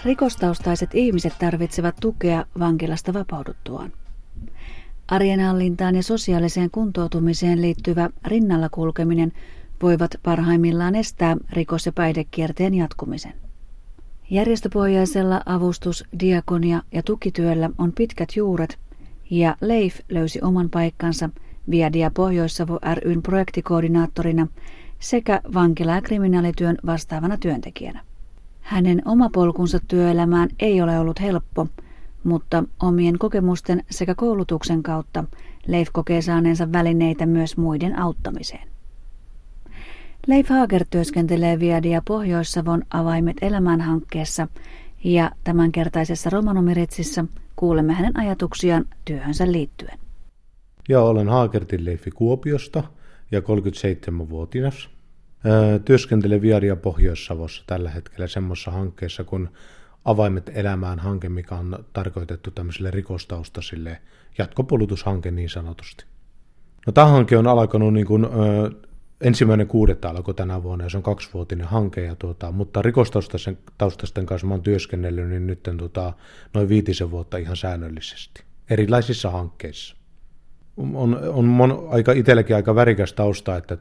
Rikostaustaiset ihmiset tarvitsevat tukea vankilasta vapauduttuaan. Arjenhallintaan ja sosiaaliseen kuntoutumiseen liittyvä rinnalla kulkeminen voivat parhaimmillaan estää rikos- ja päihdekierteen jatkumisen. Järjestöpohjaisella avustus-, diakonia- ja tukityöllä on pitkät juuret, ja Leif löysi oman paikkansa Viadia Pohjois-Savo ry:n projektikoordinaattorina sekä vankila- ja kriminaalityön vastaavana työntekijänä. Hänen oma polkunsa työelämään ei ole ollut helppo, mutta omien kokemusten sekä koulutuksen kautta Leif kokee saaneensa välineitä myös muiden auttamiseen. Leif Haager työskentelee Viadia Pohjois-Savon Avaimet elämään -hankkeessa ja tämänkertaisessa Romanomiretsissä kuulemme hänen ajatuksiaan työhönsä liittyen. Ja olen Haagertin Leifi Kuopiosta ja 37-vuotias. Työskentelen Viadia Pohjois-Savossa tällä hetkellä semmoisessa hankkeessa kuin Avaimet elämään -hanke, mikä on tarkoitettu tämmöisille rikostaustaisille, jatkopolutushanke niin sanotusti. No, tämä hanke on alkanut niin kuin, 1.6. alkoi tänä vuonna ja se on 2-vuotinen hanke, mutta rikostaustaisten kanssa mä oon työskennellyt niin nyt noin 5 vuotta ihan säännöllisesti, erilaisissa hankkeissa. On itselläkin aika värikäs tausta, että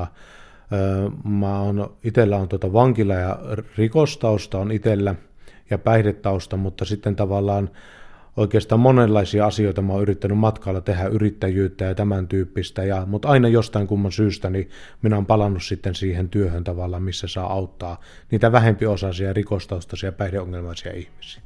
itsellä on vankila- ja rikostausta on itsellä ja päihdetausta, mutta sitten tavallaan oikeastaan monenlaisia asioita mä oon yrittänyt matkalla tehdä, yrittäjyyttä ja tämän tyyppistä, mutta aina jostain kumman syystä niin minä oon palannut sitten siihen työhön tavallaan, missä saa auttaa niitä vähempiosaisia rikostaustaisia päihdeongelmaisia ihmisiä.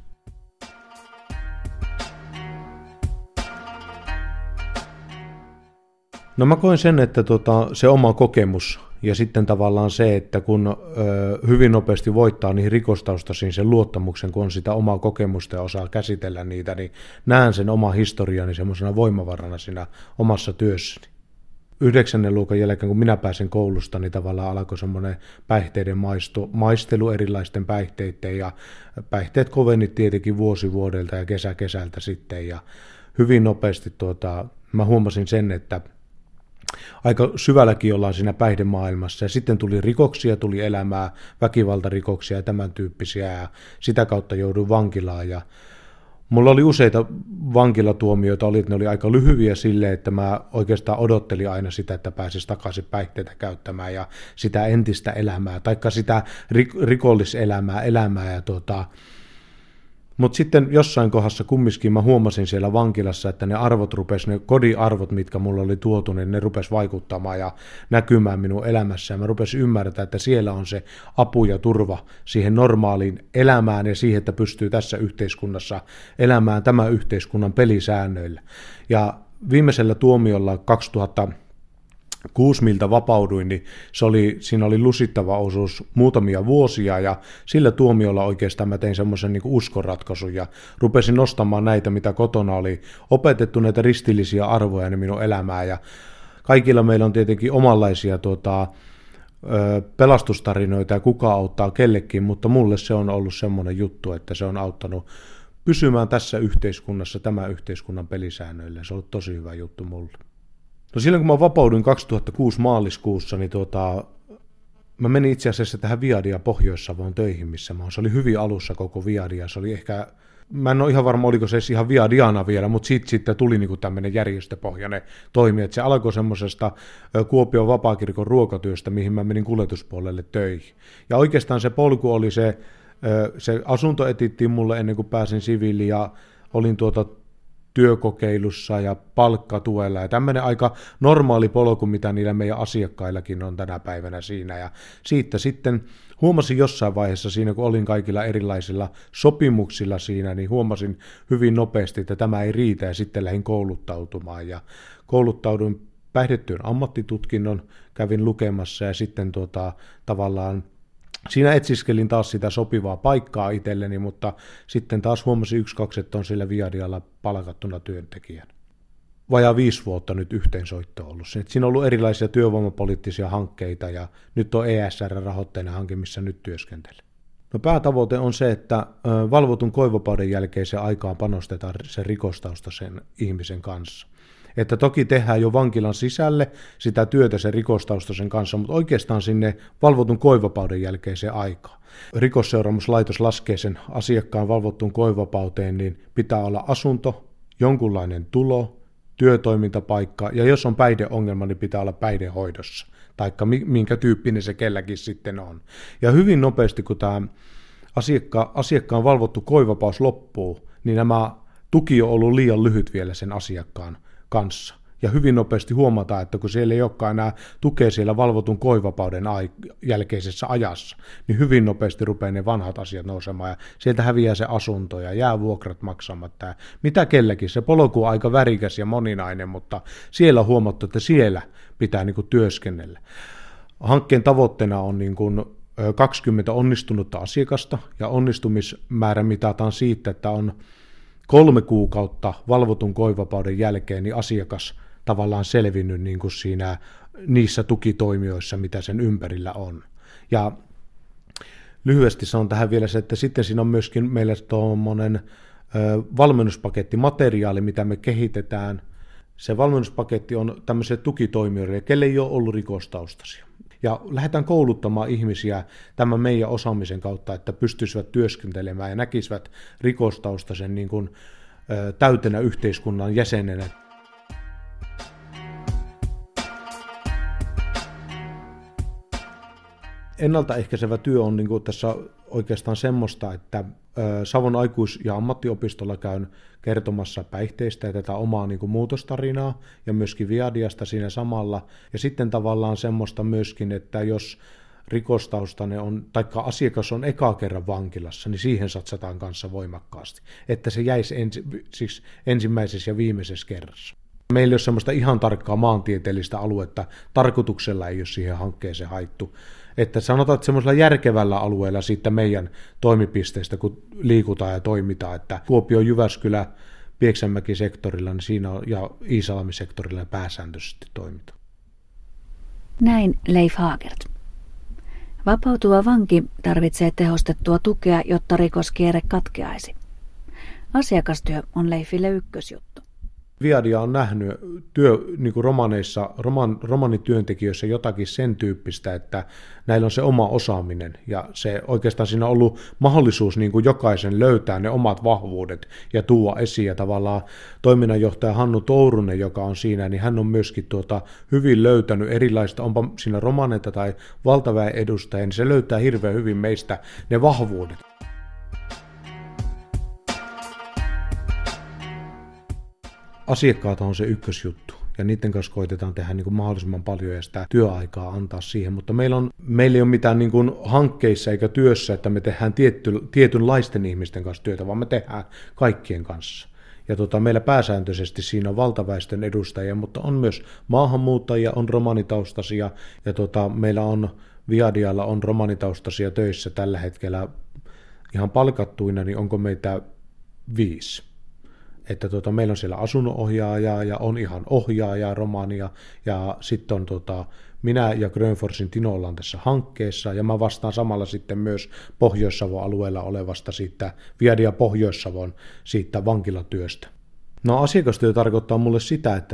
No, mä koen sen, että se oma kokemus ja sitten tavallaan se, että kun hyvin nopeasti voittaa niihin rikostaustaisiin sen luottamuksen, kun on sitä omaa kokemusta ja osaa käsitellä niitä, niin näen sen oma historiani semmoisena voimavarana siinä omassa työssäni. 9. luokan jälkeen, kun minä pääsin koulusta, niin tavallaan alkoi semmoinen päihteiden maistelu erilaisten päihteiden, ja päihteet koveni tietenkin vuosi vuodelta ja kesä kesältä sitten, ja hyvin nopeasti mä huomasin sen, että aika syvälläkin ollaan siinä päihdemaailmassa, ja sitten tuli rikoksia, tuli elämää, väkivaltarikoksia ja tämän tyyppisiä, ja sitä kautta jouduin vankilaan, ja mulla oli useita vankilatuomioita, ne oli aika lyhyviä silleen, että mä oikeastaan odottelin aina sitä, että pääsis takaisin päihteitä käyttämään, ja sitä entistä elämää, taikka sitä rikolliselämää, mutta sitten jossain kohdassa kumminkin mä huomasin siellä vankilassa, että ne kodin arvot, mitkä mulla oli tuotu, niin ne rupes vaikuttamaan ja näkymään minun elämässä. Ja mä rupesin ymmärtää, että siellä on se apu ja turva siihen normaaliin elämään ja siihen, että pystyy tässä yhteiskunnassa elämään tämän yhteiskunnan pelisäännöillä. Ja viimeisellä tuomiolla 2006, miltä vapauduin, niin siinä oli lusittava osuus muutamia vuosia, ja sillä tuomiolla oikeastaan mä tein semmoisen niin kuin uskonratkaisun, ja rupesin nostamaan näitä, mitä kotona oli opetettu, näitä ristillisiä arvoja ne minun elämää, ja kaikilla meillä on tietenkin omanlaisia pelastustarinoita, ja kuka auttaa kellekin, mutta mulle se on ollut semmoinen juttu, että se on auttanut pysymään tässä yhteiskunnassa, tämän yhteiskunnan pelisäännöillä, se on ollut tosi hyvä juttu mulle. No, silloin kun mä vapauduin 2006 maaliskuussa, niin mä menin itse asiassa tähän Viadia Pohjois-Savoon töihin, missä se oli hyvin alussa koko Viadia. Se oli ehkä, mä en ole ihan varma, oliko se edes ihan Viadiana vielä, mutta sitten tuli niinku tämmöinen järjestöpohjainen toimi, että se alkoi semmoisesta Kuopion vapaakirkon ruokatyöstä, mihin mä menin kuljetuspuolelle töihin. Ja oikeastaan se polku oli se asunto etittiin mulle ennen kuin pääsin siviiliin, ja olin työkokeilussa ja palkkatuella ja tämmöinen aika normaali polku, mitä niillä meidän asiakkaillakin on tänä päivänä siinä, ja siitä sitten huomasin jossain vaiheessa siinä, kun olin kaikilla erilaisilla sopimuksilla siinä, niin huomasin hyvin nopeasti, että tämä ei riitä, ja sitten lähdin kouluttautumaan, ja kouluttauduin päihdetyön ammattitutkinnon, kävin lukemassa, ja sitten tavallaan siinä etsiskelin taas sitä sopivaa paikkaa itselleni, mutta sitten taas huomasin 1-2, että on sillä Viadialla palkattuna työntekijän. Vajaa 5 vuotta nyt yhteensoitto ollut. Siinä on ollut erilaisia työvoimapoliittisia hankkeita, ja nyt on ESR-rahoitteinen hanke, missä nyt työskentelen. No, päätavoite on se, että valvotun koevapauden jälkeiseen aikaan panostetaan sen rikostaustaisen ihmisen kanssa. Että toki tehdään jo vankilan sisälle sitä työtä sen rikostaustaisen kanssa, mutta oikeastaan sinne valvotun koevapauden jälkeiseen aikaan. Rikosseuraamuslaitos laskee sen asiakkaan valvottuun koevapauteen, niin pitää olla asunto, jonkunlainen tulo, työtoimintapaikka, ja jos on päihdeongelma, niin pitää olla päihdehoidossa, taikka minkä tyyppinen se kelläkin sitten on. Ja hyvin nopeasti, kun tämä asiakkaan valvottu koevapaus loppuu, niin nämä tuki on ollut liian lyhyt vielä sen asiakkaan kanssa. Ja hyvin nopeasti huomataan, että kun siellä ei olekaan enää tukea siellä valvotun koevapauden jälkeisessä ajassa, niin hyvin nopeasti rupeaa ne vanhat asiat nousemaan, ja sieltä häviää se asunto ja jää vuokrat maksamatta. Ja mitä kellekin, se polku on aika värikäs ja moninainen, mutta siellä on huomattu, että siellä pitää niin kuin työskennellä. Hankkeen tavoitteena on niin kuin 20 onnistunutta asiakasta, ja onnistumismäärä mitataan siitä, että on 3 kuukautta valvotun koevapauden jälkeen niin asiakas tavallaan selvinnyt niin kuin siinä niissä tukitoimijoissa, mitä sen ympärillä on. Ja lyhyesti sanon tähän vielä se, että sitten siinä on myöskin meillä tuommoinen valmennuspaketti, materiaali, mitä me kehitetään. Se valmennuspaketti on tämmöisille tukitoimijoille, kelle ei ole ollut rikostaustaisia. Ja lähdetään kouluttamaan ihmisiä tämän meidän osaamisen kautta, että pystyisivät työskentelemään ja näkisivät rikostaustaisen niin kuin täytenä yhteiskunnan jäsenenä. Ennaltaehkäisevä työ on niin kuin tässä oikeastaan semmoista, että Savon aikuis- ja ammattiopistolla käyn kertomassa päihteistä ja tätä omaa niin kuin muutostarinaa ja myöskin Viadiasta siinä samalla. Ja sitten tavallaan semmoista myöskin, että jos rikostaustainen on, taikka asiakas on eka kerran vankilassa, niin siihen satsataan kanssa voimakkaasti, että se jäisi siis ensimmäisessä ja viimeisessä kerrassa. Meillä ei ole semmoista ihan tarkkaa maantieteellistä aluetta, tarkoituksella ei ole siihen hankkeeseen haettu. Että sanotaan, että semmoisella järkevällä alueella siitä meidän toimipisteestä, kun liikutaan ja toimitaan, että Kuopio, Jyväskylä, Pieksämäki-sektorilla niin siinä on, ja Iisalmi-sektorilla pääsääntöisesti toimitaan. Näin Leif Haagert. Vapautuva vanki tarvitsee tehostettua tukea, jotta rikoskierre katkeaisi. Asiakastyö on Leifille ykkösjuttu. Viadia on nähnyt niin kuin romanityöntekijöissä jotakin sen tyyppistä, että näillä on se oma osaaminen ja se oikeastaan siinä on ollut mahdollisuus niin kuin jokaisen löytää ne omat vahvuudet ja tuoda esiin. Ja tavallaan toiminnanjohtaja Hannu Tourunen, joka on siinä, niin hän on myöskin hyvin löytänyt erilaista, onpa siinä romaneita tai valtaväen edustajia, niin se löytää hirveän hyvin meistä ne vahvuudet. Asiakkaat on se ykkösjuttu, ja niiden kanssa koitetaan tehdä niin kuin mahdollisimman paljon ja sitä työaikaa antaa siihen, mutta meillä ei ole mitään niin kuin hankkeissa eikä työssä, että me tehdään tietynlaisten ihmisten kanssa työtä, vaan me tehdään kaikkien kanssa. Ja meillä pääsääntöisesti siinä on valtaväestön edustajia, mutta on myös maahanmuuttajia, on romanitaustaisia, ja meillä on Viadialla on romanitaustaisia töissä tällä hetkellä ihan palkattuina, niin onko meitä 5. Että meillä on siellä asunnonohjaajaa ja on ihan ohjaajaa romania ja sitten on minä ja Grönforsin Tino ollaan tässä hankkeessa ja mä vastaan samalla sitten myös Pohjois-Savon alueella olevasta siitä Viadia Pohjois-Savon siitä vankilatyöstä. No asiakastyö tarkoittaa mulle sitä, että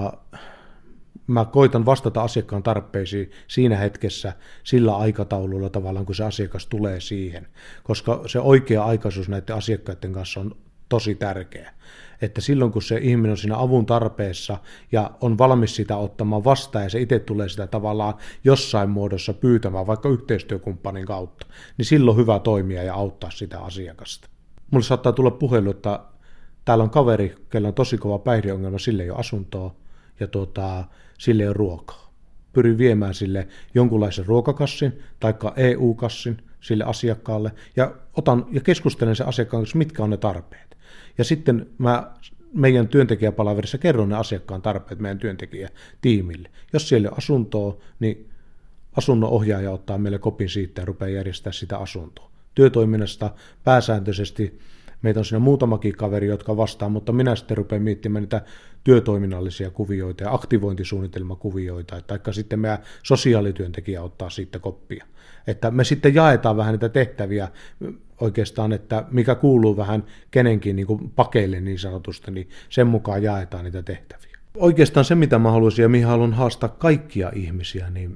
mä koitan vastata asiakkaan tarpeisiin siinä hetkessä sillä aikataululla tavallaan, kun se asiakas tulee siihen, koska se oikea aikaisuus näiden asiakkaiden kanssa on tosi tärkeä. Että silloin, kun se ihminen on siinä avun tarpeessa ja on valmis sitä ottamaan vastaan ja se itse tulee sitä tavallaan jossain muodossa pyytämään, vaikka yhteistyökumppanin kautta, niin silloin on hyvä toimia ja auttaa sitä asiakasta. Mulle saattaa tulla puhelu, että täällä on kaveri, kellä on tosi kova päihdeongelma, sille ei ole asuntoa ja sille ei ole ruokaa. Pyrin viemään sille jonkunlaisen ruokakassin tai EU-kassin sille asiakkaalle ja keskustelen sen asiakkaan kanssa, mitkä on ne tarpeet. Ja sitten mä meidän työntekijäpalaverissa kerron ne asiakkaan tarpeet meidän työntekijätiimille. Jos siellä on asuntoa, niin asunnonohjaaja ottaa meille kopin siitä ja rupeaa järjestämään sitä asuntoa. Työtoiminnasta pääsääntöisesti meitä on siinä muutamakin kaveri, jotka vastaa, mutta minä sitten rupean miettimään niitä työtoiminnallisia kuvioita ja aktivointisuunnitelmakuvioita, taikka sitten meidän sosiaalityöntekijä ottaa siitä koppia. Että me sitten jaetaan vähän niitä tehtäviä oikeastaan, että mikä kuuluu vähän kenenkin niin kuin pakeille niin sanotusti, niin sen mukaan jaetaan niitä tehtäviä. Oikeastaan se, mitä mä haluaisin ja mihin haluan haastaa kaikkia ihmisiä, niin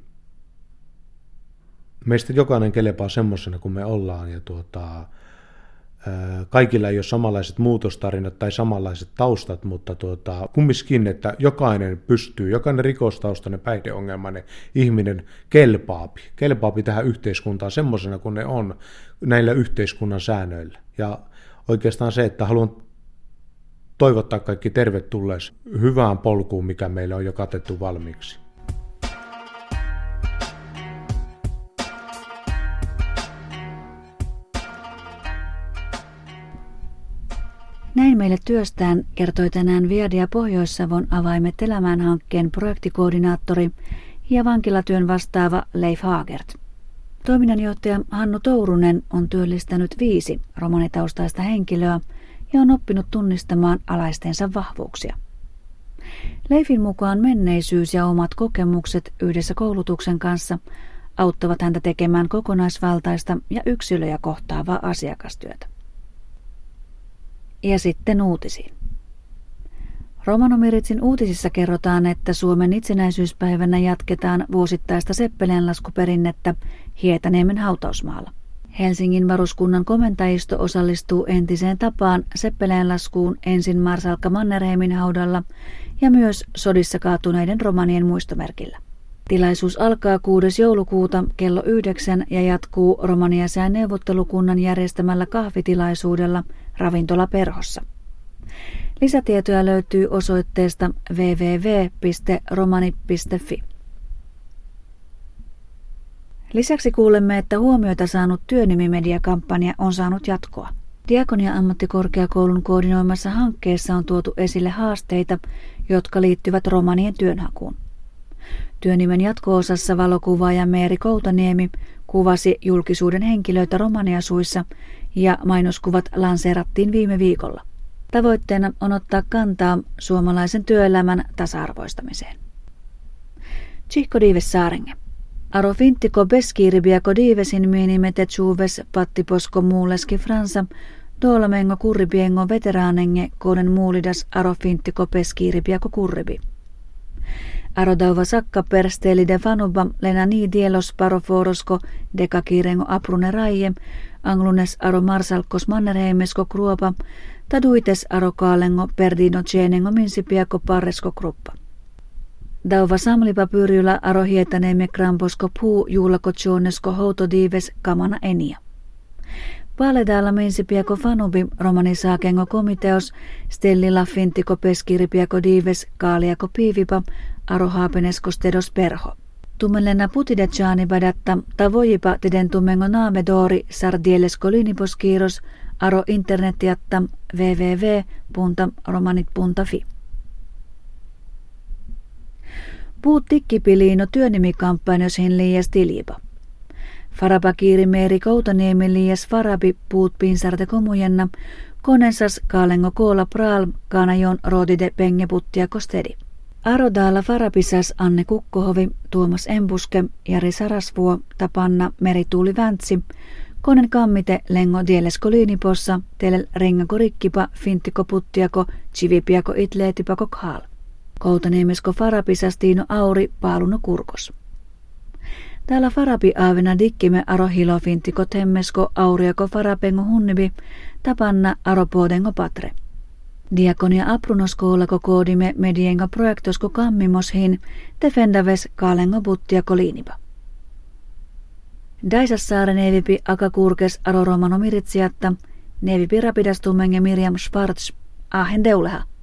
meistä jokainen kelepaa semmoisena kuin me ollaan ja kaikilla ei ole samanlaiset muutostarinat tai samanlaiset taustat, mutta kumminkin, että jokainen rikostaustainen, päihdeongelmainen ihminen kelpaapi tähän yhteiskuntaan semmoisena kuin ne on näillä yhteiskunnan säännöillä. Ja oikeastaan se, että haluan toivottaa kaikki tervetulleeksi hyvään polkuun, mikä meille on jo katettu valmiiksi. Näin meille työstään kertoi tänään Viadia Pohjois-Savon Avaimet elämään -hankkeen projektikoordinaattori ja vankilatyön vastaava Leif Hagert. Toiminnanjohtaja Hannu Tourunen on työllistänyt 5 romanitaustaista henkilöä ja on oppinut tunnistamaan alaistensa vahvuuksia. Leifin mukaan menneisyys ja omat kokemukset yhdessä koulutuksen kanssa auttavat häntä tekemään kokonaisvaltaista ja yksilöjä kohtaavaa asiakastyötä. Ja sitten uutisiin. Romano-Miritsin uutisissa kerrotaan, että Suomen itsenäisyyspäivänä jatketaan vuosittaista seppeleenlaskuperinnettä Hietaniemen hautausmaalla. Helsingin varuskunnan komentajisto osallistuu entiseen tapaan seppeleenlaskuun ensin marsalkka Mannerheimin haudalla ja myös sodissa kaatuneiden romanien muistomerkillä. Tilaisuus alkaa 6. joulukuuta kello 9 ja jatkuu romaniasiain neuvottelukunnan järjestämällä kahvitilaisuudella Ravintola Perhossa. Lisätietoja löytyy osoitteesta www.romani.fi. Lisäksi kuulemme, että huomiota saanut työnimimediakampanja on saanut jatkoa. Diakonia-ammattikorkeakoulun koordinoimassa hankkeessa on tuotu esille haasteita, jotka liittyvät romanien työnhakuun. Työnimen jatko-osassa valokuvaaja Meeri Koutaniemi kuvasi julkisuuden henkilöitä romaniasuissa ja mainoskuvat lanseerattiin viime viikolla. Tavoitteena on ottaa kantaa suomalaisen työelämän tasa-arvoistamiseen. Tsihko diives saarenge. Aro finttiko beskiiribiako diivesin minimete tjuves pattiposko muuleski fransa, doolamengo kurribiengo veteraanenge koden muulidas aro finttiko beskiiribiako kurribi. Arodauva sakka persteeli de fanuba lena nii dielos paroforosko dekakiirengo aprune raie, anglunes aro marsalkos mannerheimesko kruopa, taduites aro kaalengo perdino tjenengo minsipiako parresko kruppa. Dauva samlipa pyrjyllä aro hietaneemme kramposko puu juulako tjonesko houtodiives kamana enia. Vaaledaalla minsipiako fanubi romanisaakengo komiteos stellila fintiko peskiripiako diives kaaliako piivipa aro haapenesko stedos perho. Tummelena putidetjaani badatta tavojipa tidentumengo naamedori sardielesko liniposkiiros aro internetiatta www.romanit.fi. Puut tikkipiliino työnimikampanjos hin liias tiliipa. Farabakiiri Meeri Koutaniemi liias farabi puut pinsarte komujenna, konensas kaalengo koola praal kaanajon roodide pengeputtia kostedi. Arodaala farapisas Anne Kukkohovi, Tuomas Embuske, Jari Sarasvuo, Tapanna Merituuli Väntsi, konen kammite lengo dielesko liinipossa, telel rengako rikkipa, finttiko puttiako, chivipiako itleetipako khaal. Koutaniemesko farapisas Tiino Auri, paaluno kurkos. Täällä farapi aavena dikkime aro hilofinttiko temmesko auriako farapengo hunnibi, tapanna aropoodengo patre. Diakonia aprunoskoolako koodime mediengo projektosko kammimoshin, defendaves kaalengo buttiako liinipa. Daisassaare nevipi akakurkes aro Romano-Miritsiatta, nevipi rapidastumenge Miriam Schwartz, ahen deuleha.